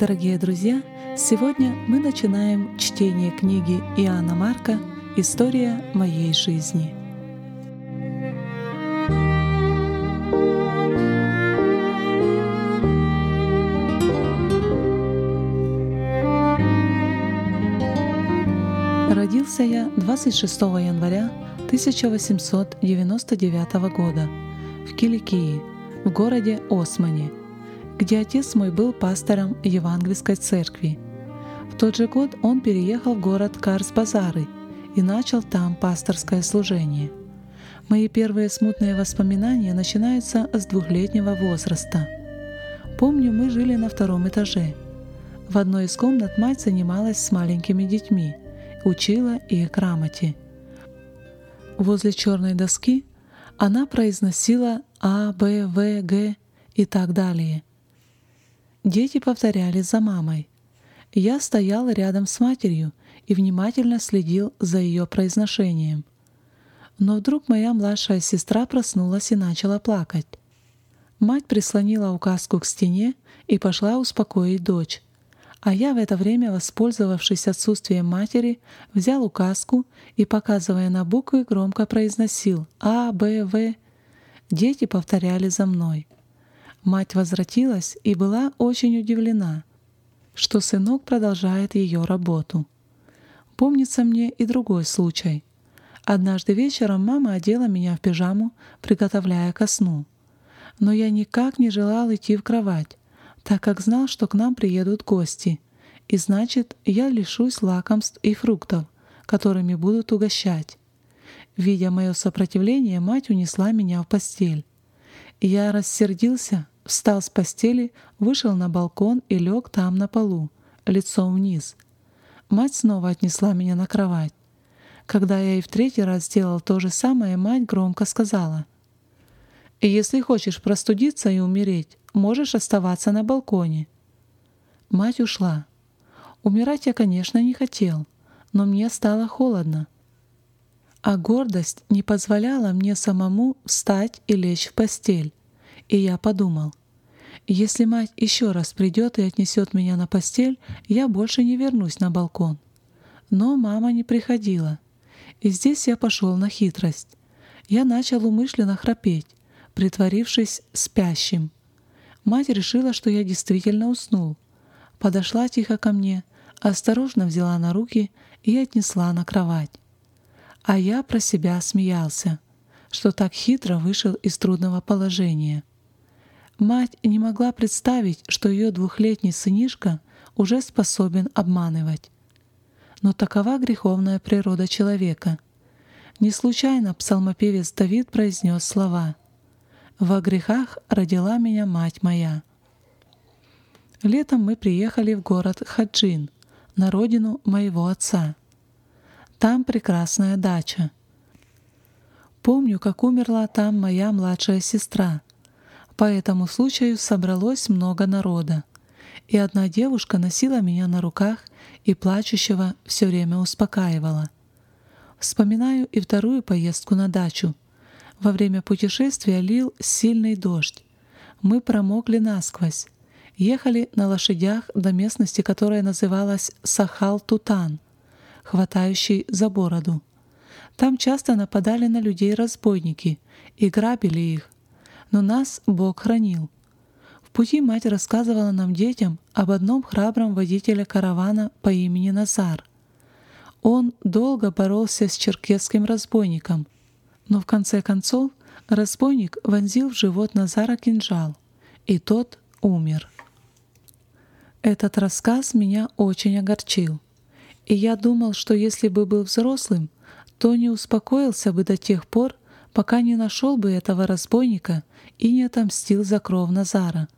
Дорогие друзья, сегодня мы начинаем чтение книги Иоанна Марка «История моей жизни». Родился я 26 января 1899 года в Киликии, в городе Османи, где отец мой был пастором Евангельской церкви. В тот же год он переехал в город Карс-Базары и начал там пасторское служение. Мои первые смутные воспоминания начинаются с 2-летнего возраста. Помню, мы жили на 2-м этаже. В одной из комнат мать занималась с маленькими детьми, учила их грамоте. Возле черной доски она произносила А, Б, В, Г и так далее. Дети повторяли за мамой. Я стоял рядом с матерью и внимательно следил за ее произношением. Но вдруг моя младшая сестра проснулась и начала плакать. Мать прислонила указку к стене и пошла успокоить дочь. А я в это время, воспользовавшись отсутствием матери, взял указку и, показывая на буквы, громко произносил А, Б, В. Дети повторяли за мной. Мать возвратилась и была очень удивлена, что сынок продолжает ее работу. Помнится мне и другой случай. Однажды вечером мама одела меня в пижаму, приготовляя ко сну. Но я никак не желал идти в кровать, так как знал, что к нам приедут гости, и значит, я лишусь лакомств и фруктов, которыми будут угощать. Видя мое сопротивление, мать унесла меня в постель. Я рассердился, встал с постели, вышел на балкон и лег там на полу, лицом вниз. Мать снова отнесла меня на кровать. Когда я и в 3-й раз сделал то же самое, мать громко сказала: «Если хочешь простудиться и умереть, можешь оставаться на балконе». Мать ушла. Умирать я, конечно, не хотел, но мне стало холодно. А гордость не позволяла мне самому встать и лечь в постель. И я подумал: если мать еще раз придет и отнесет меня на постель, я больше не вернусь на балкон. Но мама не приходила. И здесь я пошел на хитрость. Я начал умышленно храпеть, притворившись спящим. Мать решила, что я действительно уснул. Подошла тихо ко мне, осторожно взяла на руки и отнесла на кровать. А я про себя смеялся, что так хитро вышел из трудного положения. Мать не могла представить, что ее 2-летний сынишка уже способен обманывать. Но такова греховная природа человека. Не случайно псалмопевец Давид произнес слова: «Во грехах родила меня мать моя». Летом мы приехали в город Хаджин, на родину моего отца. Там прекрасная дача. Помню, как умерла там моя младшая сестра. По этому случаю собралось много народа, и одна девушка носила меня на руках и плачущего все время успокаивала. Вспоминаю и 2-ю поездку на дачу. Во время путешествия лил сильный дождь. Мы промокли насквозь. Ехали на лошадях до местности, которая называлась Сахал-Тутан, хватающий за бороду. Там часто нападали на людей разбойники и грабили их, но нас Бог хранил. В пути мать рассказывала нам, детям, об одном храбром водителе каравана по имени Назар. Он долго боролся с черкесским разбойником, но в конце концов разбойник вонзил в живот Назара кинжал, и тот умер. Этот рассказ меня очень огорчил, и я думал, что если бы был взрослым, то не успокоился бы до тех пор, пока не нашел бы этого разбойника и не отомстил за кровь Назара.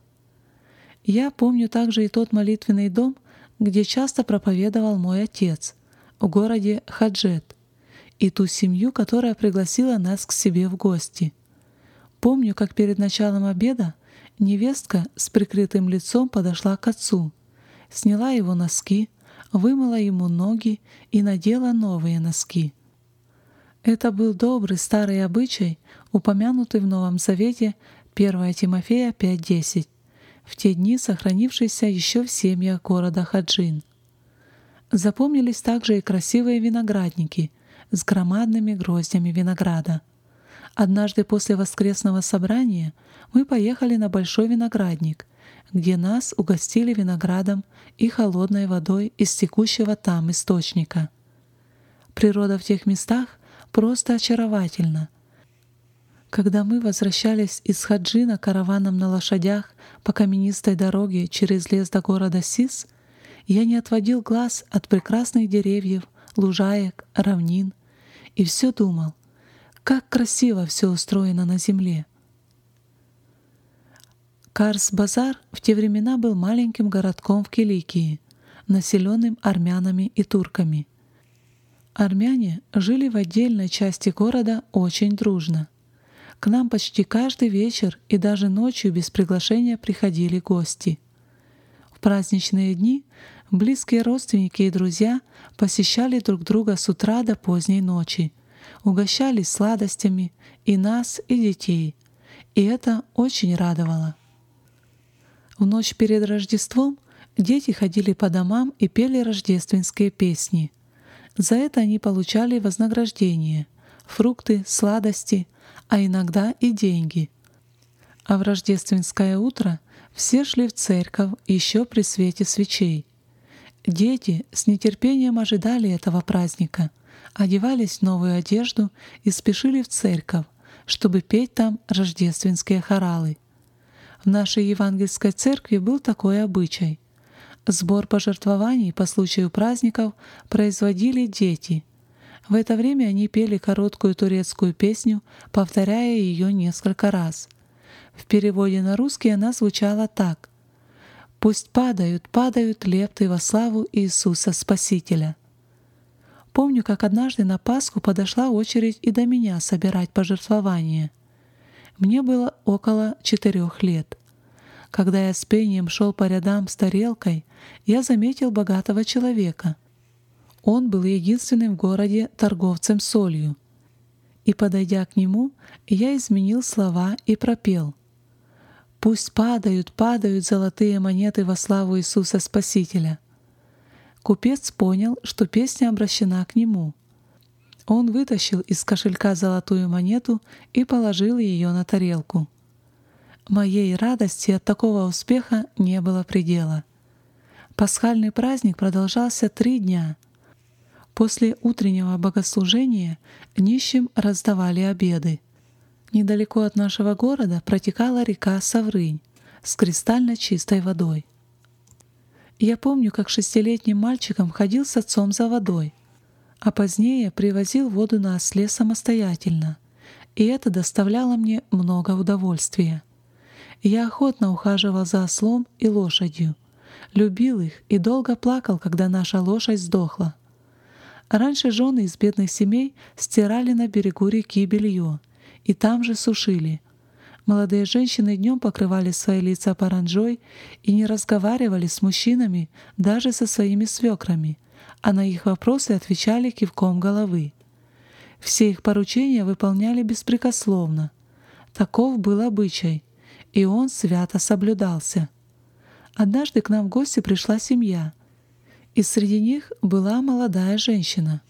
Я помню также и тот молитвенный дом, где часто проповедовал мой отец, в городе Хаджет, и ту семью, которая пригласила нас к себе в гости. Помню, как перед началом обеда невестка с прикрытым лицом подошла к отцу, сняла его носки, вымыла ему ноги и надела новые носки. Это был добрый старый обычай, упомянутый в Новом Завете 1 Тимофея 5:10. в те дни сохранившийся еще в семьях города Хаджин. Запомнились также и красивые виноградники с громадными гроздями винограда. Однажды после воскресного собрания мы поехали на большой виноградник, где нас угостили виноградом и холодной водой из текущего там источника. Природа в тех местах просто очаровательна. Когда мы возвращались из Хаджина караваном на лошадях по каменистой дороге через лес до города Сис, я не отводил глаз от прекрасных деревьев, лужаек, равнин и все думал, как красиво все устроено на земле. Карс-Базар в те времена был маленьким городком в Киликии, населенным армянами и турками. Армяне жили в отдельной части города очень дружно. К нам почти каждый вечер и даже ночью без приглашения приходили гости. В праздничные дни близкие родственники и друзья посещали друг друга с утра до поздней ночи, угощались сладостями и нас, и детей, и это очень радовало. В ночь перед Рождеством дети ходили по домам и пели рождественские песни. За это они получали вознаграждение — фрукты, сладости, а иногда и деньги. А в рождественское утро все шли в церковь еще при свете свечей. Дети с нетерпением ожидали этого праздника, одевались в новую одежду и спешили в церковь, чтобы петь там рождественские хоралы. В нашей евангельской церкви был такой обычай. Сбор пожертвований по случаю праздников производили дети. В это время они пели короткую турецкую песню, повторяя ее несколько раз. В переводе на русский она звучала так: «Пусть падают, падают лепты во славу Иисуса Спасителя». Помню, как однажды на Пасху подошла очередь и до меня собирать пожертвования. Мне было около 4 лет. Когда я с пением шел по рядам с тарелкой, я заметил богатого человека. Он был единственным в городе торговцем солью. И, подойдя к нему, я изменил слова и пропел: «Пусть падают, падают золотые монеты во славу Иисуса Спасителя». Купец понял, что песня обращена к нему. Он вытащил из кошелька золотую монету и положил ее на тарелку. Моей радости от такого успеха не было предела. Пасхальный праздник продолжался 3 дня. После утреннего богослужения нищим раздавали обеды. Недалеко от нашего города протекала река Саврынь с кристально чистой водой. Я помню, как 6-летним мальчиком ходил с отцом за водой, а позднее привозил воду на осле самостоятельно, и это доставляло мне много удовольствия. Я охотно ухаживал за ослом и лошадью, любил их и долго плакал, когда наша лошадь сдохла. Раньше жены из бедных семей стирали на берегу реки белье и там же сушили. Молодые женщины днем покрывали свои лица паранджой и не разговаривали с мужчинами, даже со своими свекрами, а на их вопросы отвечали кивком головы. Все их поручения выполняли беспрекословно. Таков был обычай, и он свято соблюдался. Однажды к нам в гости пришла семья, и среди них была молодая женщина.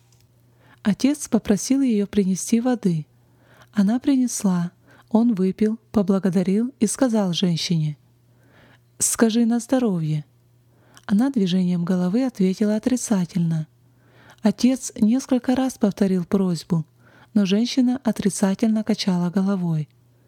Отец попросил ее принести воды. Она принесла, он выпил, поблагодарил и сказал женщине: «Скажи на здоровье». Она движением головы ответила отрицательно. Отец несколько раз повторил просьбу, но женщина отрицательно качала головой.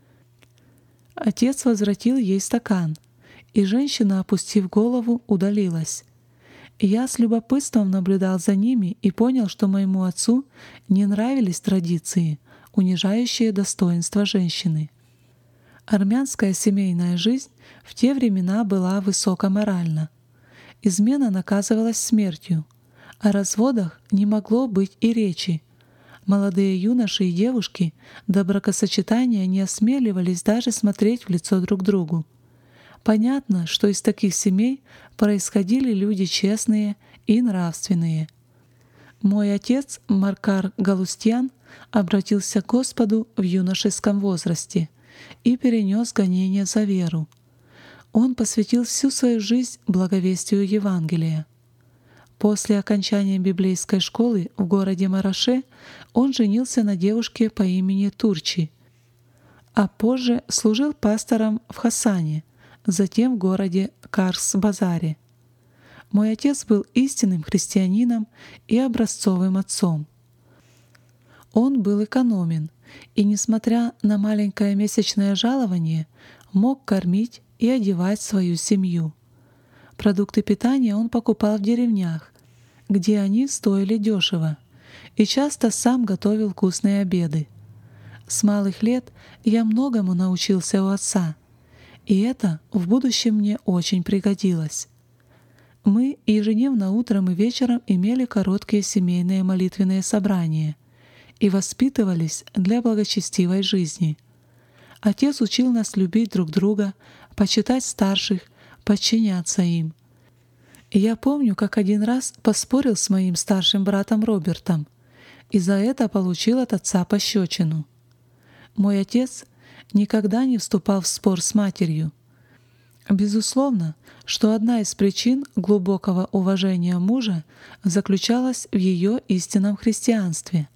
Отец возвратил ей стакан, и женщина, опустив голову, удалилась. Я с любопытством наблюдал за ними и понял, что моему отцу не нравились традиции, унижающие достоинство женщины. Армянская семейная жизнь в те времена была высокоморальна. Измена наказывалась смертью, о разводах не могло быть и речи. Молодые юноши и девушки до бракосочетания не осмеливались даже смотреть в лицо друг другу. Понятно, что из таких семей происходили люди честные и нравственные. Мой отец, Маркар Галустьян, обратился к Господу в юношеском возрасте и перенес гонение за веру. Он посвятил всю свою жизнь благовестию Евангелия. После окончания библейской школы в городе Мараше он женился на девушке по имени Турчи, а позже служил пастором в Хасане, затем в городе Карс-Базаре. Мой отец был истинным христианином и образцовым отцом. Он был экономен и, несмотря на маленькое месячное жалование, мог кормить и одевать свою семью. Продукты питания он покупал в деревнях, где они стоили дешево, и часто сам готовил вкусные обеды. С малых лет я многому научился у отца, и это в будущем мне очень пригодилось. Мы ежедневно утром и вечером имели короткие семейные молитвенные собрания и воспитывались для благочестивой жизни. Отец учил нас любить друг друга, почитать старших, подчиняться им. И я помню, как один раз поспорил с моим старшим братом Робертом, и за это получил от отца пощечину. Мой отец никогда не вступал в спор с матерью. Безусловно, что одна из причин глубокого уважения мужа заключалась в ее истинном христианстве.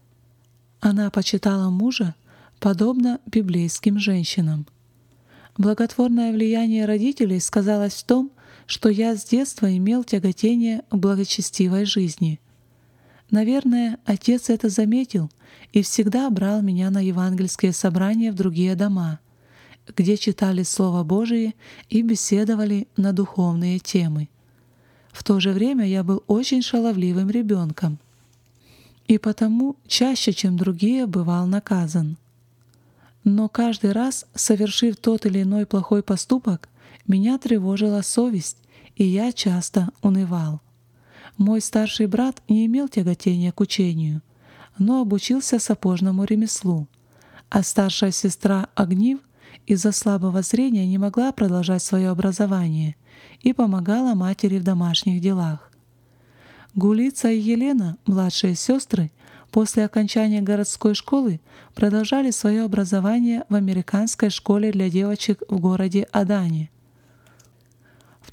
Она почитала мужа подобно библейским женщинам. Благотворное влияние родителей сказалось в том, что я с детства имел тяготение к благочестивой жизни. Наверное, отец это заметил и всегда брал меня на евангельские собрания в другие дома, где читали Слово Божие и беседовали на духовные темы. В то же время я был очень шаловливым ребенком и потому чаще, чем другие, бывал наказан. Но каждый раз, совершив тот или иной плохой поступок, меня тревожила совесть, и я часто унывал. Мой старший брат не имел тяготения к учению, но обучился сапожному ремеслу, а старшая сестра Огнив из-за слабого зрения не могла продолжать свое образование и помогала матери в домашних делах. Гулица и Елена, младшие сестры, после окончания городской школы продолжали свое образование в американской школе для девочек в городе Адане. В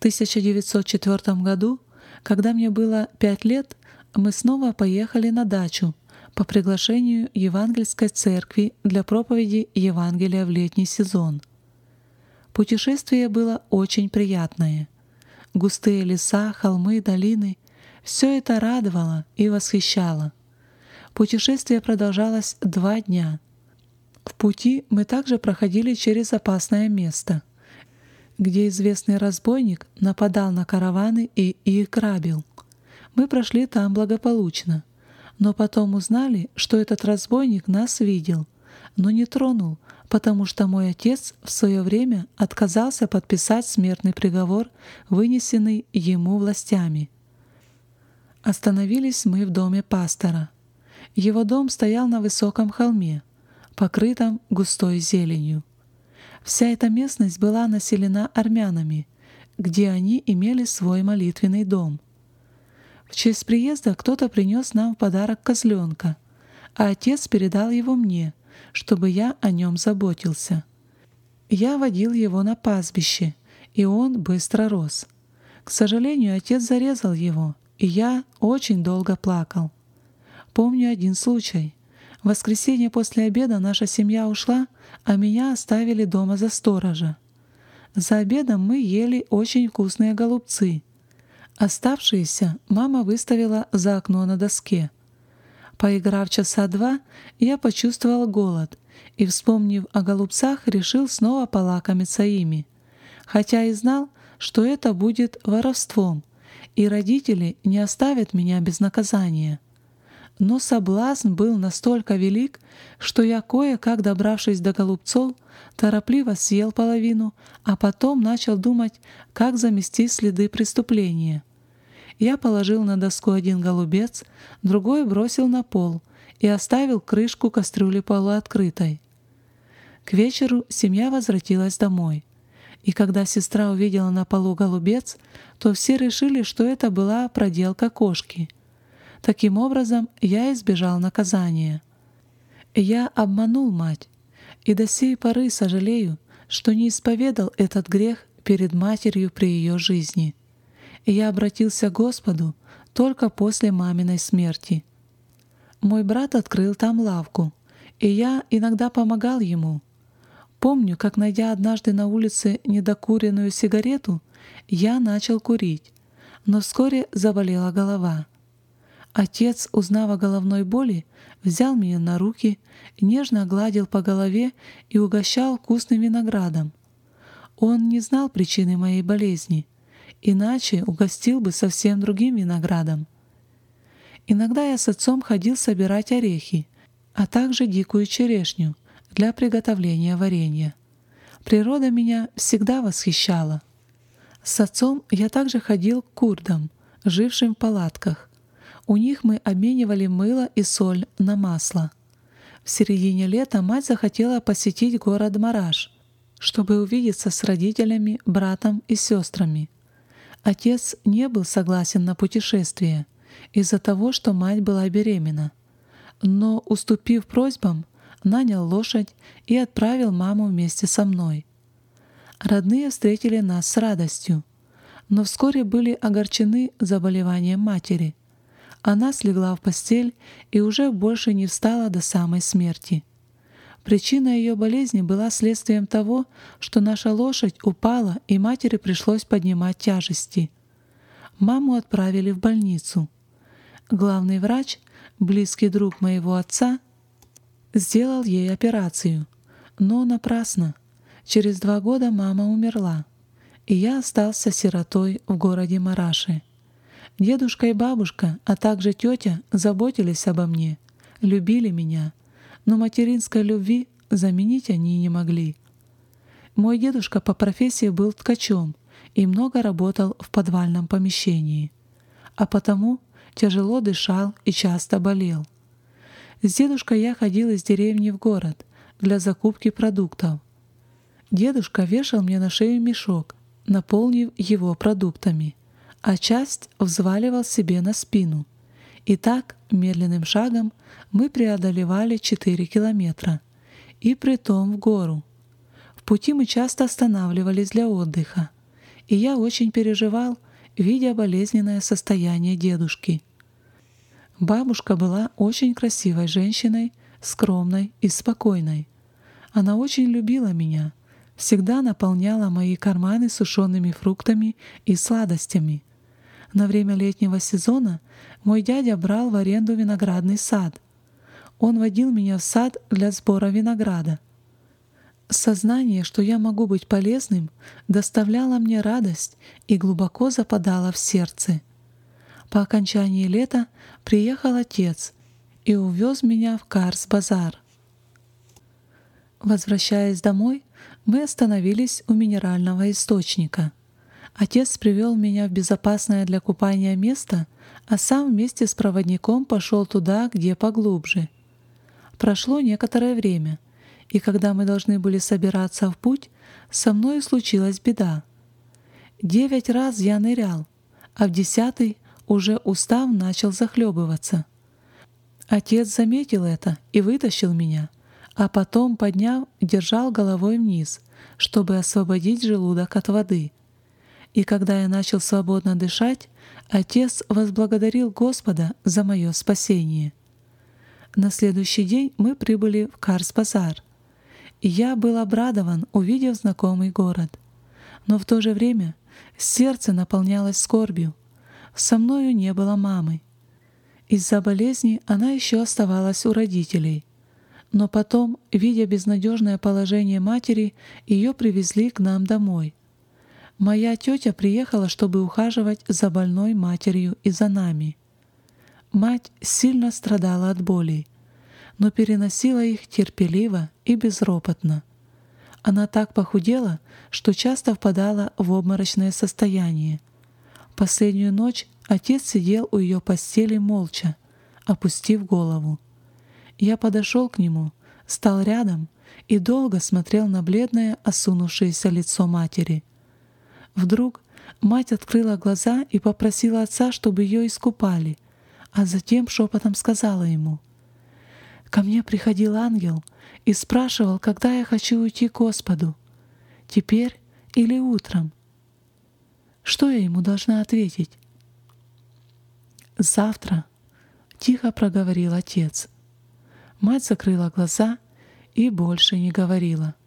1904 году, когда мне было 5 лет, мы снова поехали на дачу по приглашению Евангельской церкви для проповеди Евангелия в летний сезон. Путешествие было очень приятное. Густые леса, холмы, долины — все это радовало и восхищало. Путешествие продолжалось 2 дня. В пути мы также проходили через опасное место, где известный разбойник нападал на караваны и их грабил. Мы прошли там благополучно, но потом узнали, что этот разбойник нас видел, но не тронул, потому что мой отец в свое время отказался подписать смертный приговор, вынесенный ему властями. Остановились мы в доме пастора. Его дом стоял на высоком холме, покрытом густой зеленью. Вся эта местность была населена армянами, где они имели свой молитвенный дом. В честь приезда кто-то принес нам в подарок козленка, а отец передал его мне, чтобы я о нем заботился. Я водил его на пастбище, и он быстро рос. К сожалению, отец зарезал его, и я очень долго плакал. Помню один случай. В воскресенье после обеда наша семья ушла, а меня оставили дома за сторожа. За обедом мы ели очень вкусные голубцы. Оставшиеся мама выставила за окно на доске. Поиграв часа 2, я почувствовал голод и, вспомнив о голубцах, решил снова полакомиться ими, хотя и знал, что это будет воровством, и родители не оставят меня без наказания. Но соблазн был настолько велик, что я, кое-как добравшись до голубцов, торопливо съел половину, а потом начал думать, как замести следы преступления. Я положил на доску один голубец, другой бросил на пол и оставил крышку кастрюли полуоткрытой. К вечеру семья возвратилась домой, и когда сестра увидела на полу голубец, то все решили, что это была проделка кошки. Таким образом, я избежал наказания. Я обманул мать, и до сей поры сожалею, что не исповедал этот грех перед матерью при ее жизни. И я обратился к Господу только после маминой смерти. Мой брат открыл там лавку, и я иногда помогал ему. Помню, как, найдя однажды на улице недокуренную сигарету, я начал курить, но вскоре заболела голова. Отец, узнав о головной боли, взял меня на руки, нежно гладил по голове и угощал вкусным виноградом. Он не знал причины моей болезни, иначе угостил бы совсем другим виноградом. Иногда я с отцом ходил собирать орехи, а также дикую черешню для приготовления варенья. Природа меня всегда восхищала. С отцом я также ходил к курдам, жившим в палатках. У них мы обменивали мыло и соль на масло. В середине лета мать захотела посетить город Мараш, чтобы увидеться с родителями, братом и сестрами. Отец не был согласен на путешествие из-за того, что мать была беременна, но, уступив просьбам, нанял лошадь и отправил маму вместе со мной. Родные встретили нас с радостью, но вскоре были огорчены заболеванием матери. Она слегла в постель и уже больше не встала до самой смерти. Причина ее болезни была следствием того, что наша лошадь упала, и матери пришлось поднимать тяжести. Маму отправили в больницу. Главный врач, близкий друг моего отца, сделал ей операцию, но напрасно. Через 2 года мама умерла, и я остался сиротой в городе Мараше. Дедушка и бабушка, а также тетя заботились обо мне, любили меня, но материнской любви заменить они не могли. Мой дедушка по профессии был ткачом и много работал в подвальном помещении, а потому тяжело дышал и часто болел. С дедушкой я ходил из деревни в город для закупки продуктов. Дедушка вешал мне на шею мешок, наполнив его продуктами, а часть взваливал себе на спину. И так, медленным шагом, мы преодолевали 4 километра, и притом в гору. В пути мы часто останавливались для отдыха, и я очень переживал, видя болезненное состояние дедушки. Бабушка была очень красивой женщиной, скромной и спокойной. Она очень любила меня, всегда наполняла мои карманы сушеными фруктами и сладостями. На время летнего сезона мой дядя брал в аренду виноградный сад. Он водил меня в сад для сбора винограда. Сознание, что я могу быть полезным, доставляло мне радость и глубоко западало в сердце. По окончании лета приехал отец и увез меня в Карс-базар. Возвращаясь домой, мы остановились у минерального источника. Отец привел меня в безопасное для купания место, а сам вместе с проводником пошел туда, где поглубже. Прошло некоторое время, и когда мы должны были собираться в путь, со мной случилась беда. 9 раз я нырял, а в 10-й, уже устав, начал захлебываться. Отец заметил это и вытащил меня, а потом, подняв, держал головой вниз, чтобы освободить желудок от воды. И когда я начал свободно дышать, отец возблагодарил Господа за мое спасение. На следующий день мы прибыли в Карс-базар, и я был обрадован, увидев знакомый город. Но в то же время сердце наполнялось скорбью. Со мною не было мамы. Из-за болезни она еще оставалась у родителей. Но потом, видя безнадежное положение матери, ее привезли к нам домой. Моя тетя приехала, чтобы ухаживать за больной матерью и за нами. Мать сильно страдала от болей, но переносила их терпеливо и безропотно. Она так похудела, что часто впадала в обморочное состояние. Последнюю ночь отец сидел у ее постели молча, опустив голову. Я подошел к нему, стал рядом и долго смотрел на бледное, осунувшееся лицо матери. Вдруг мать открыла глаза и попросила отца, чтобы ее искупали, а затем шепотом сказала ему: «Ко мне приходил ангел и спрашивал, когда я хочу уйти к Господу, теперь или утром, Что я ему должна ответить? «Завтра», — тихо проговорил отец. Мать закрыла глаза и больше не говорила.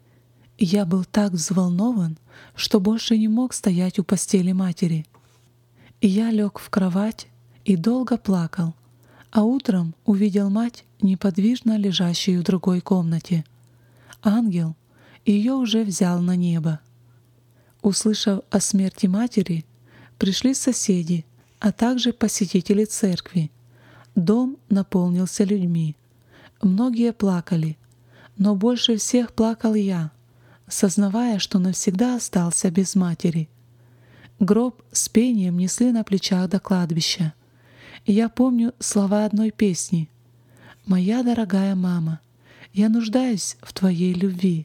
Я был так взволнован, что больше не мог стоять у постели матери. Я лег в кровать и долго плакал, а утром увидел мать, неподвижно лежащую в другой комнате. Ангел ее уже взял на небо. Услышав о смерти матери, пришли соседи, а также посетители церкви. Дом наполнился людьми. Многие плакали, но больше всех плакал я, сознавая, что навсегда остался без матери. Гроб с пением несли на плечах до кладбища. Я помню слова одной песни: «Моя дорогая мама, я нуждаюсь в твоей любви».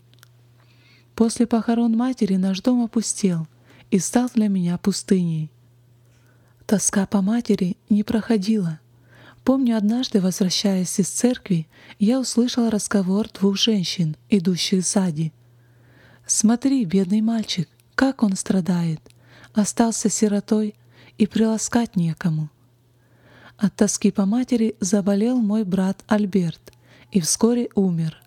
После похорон матери наш дом опустел и стал для меня пустыней. Тоска по матери не проходила. Помню, однажды, возвращаясь из церкви, я услышал разговор двух женщин, идущих сзади. «Смотри, бедный мальчик, как он страдает, остался сиротой и приласкать некому». От тоски по матери заболел мой брат Альберт и вскоре умер.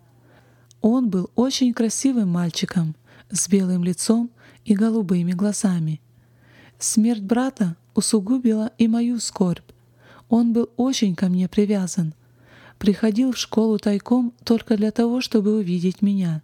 Он был очень красивым мальчиком с белым лицом и голубыми глазами. Смерть брата усугубила и мою скорбь. Он был очень ко мне привязан. Приходил в школу тайком только для того, чтобы увидеть меня.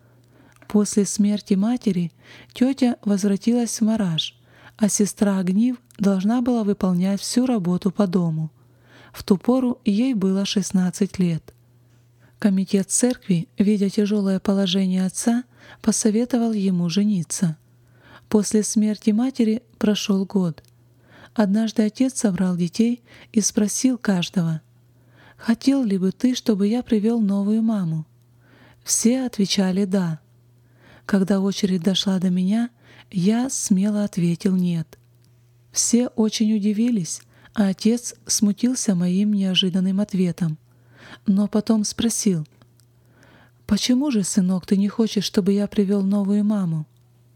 После смерти матери тетя возвратилась в Мараж, а сестра Огнив должна была выполнять всю работу по дому. В ту пору ей было 16 лет. Комитет церкви, видя тяжелое положение отца, посоветовал ему жениться. После смерти матери прошел год. Однажды отец собрал детей и спросил каждого: «Хотел ли бы ты, чтобы я привел новую маму?» Все отвечали «да». Когда очередь дошла до меня, я смело ответил «нет». Все очень удивились, а отец смутился моим неожиданным ответом. Но потом спросил: «Почему же, сынок, ты не хочешь, чтобы я привел новую маму?»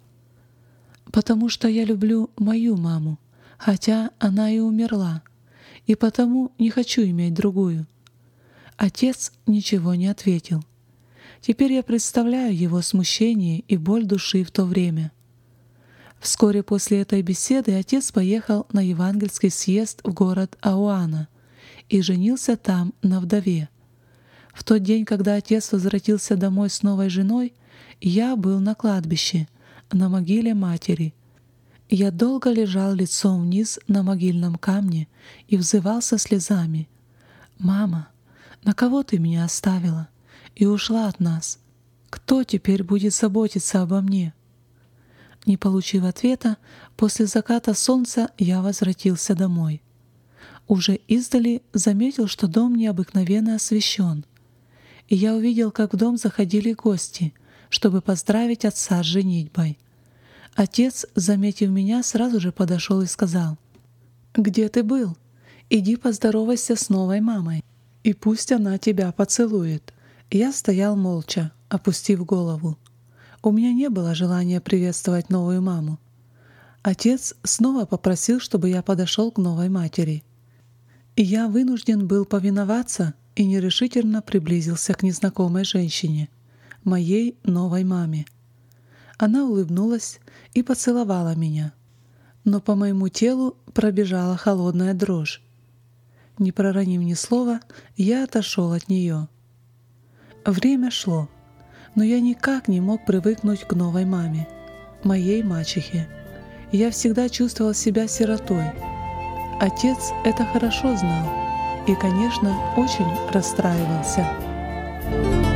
«Потому что я люблю мою маму, хотя она и умерла, и потому не хочу иметь другую». Отец ничего не ответил. Теперь я представляю его смущение и боль души в то время. Вскоре после этой беседы отец поехал на евангельский съезд в город Ауана и женился там на вдове. В тот день, когда отец возвратился домой с новой женой, я был на кладбище, на могиле матери. Я долго лежал лицом вниз на могильном камне и взывал со слезами: «Мама, на кого ты меня оставила и ушла от нас? Кто теперь будет заботиться обо мне?» Не получив ответа, после заката солнца я возвратился домой. Уже издали заметил, что дом необыкновенно освещен, и я увидел, как в дом заходили гости, чтобы поздравить отца с женитьбой. Отец, заметив меня, сразу же подошел и сказал: «Где ты был? Иди поздоровайся с новой мамой, и пусть она тебя поцелует». Я стоял молча, опустив голову. У меня не было желания приветствовать новую маму. Отец снова попросил, чтобы я подошел к новой матери. И я вынужден был повиноваться и нерешительно приблизился к незнакомой женщине, моей новой маме. Она улыбнулась и поцеловала меня, но по моему телу пробежала холодная дрожь. Не проронив ни слова, я отошел от нее. Время шло, но я никак не мог привыкнуть к новой маме, моей мачехе. Я всегда чувствовал себя сиротой. Отец это хорошо знал и, конечно, очень расстраивался.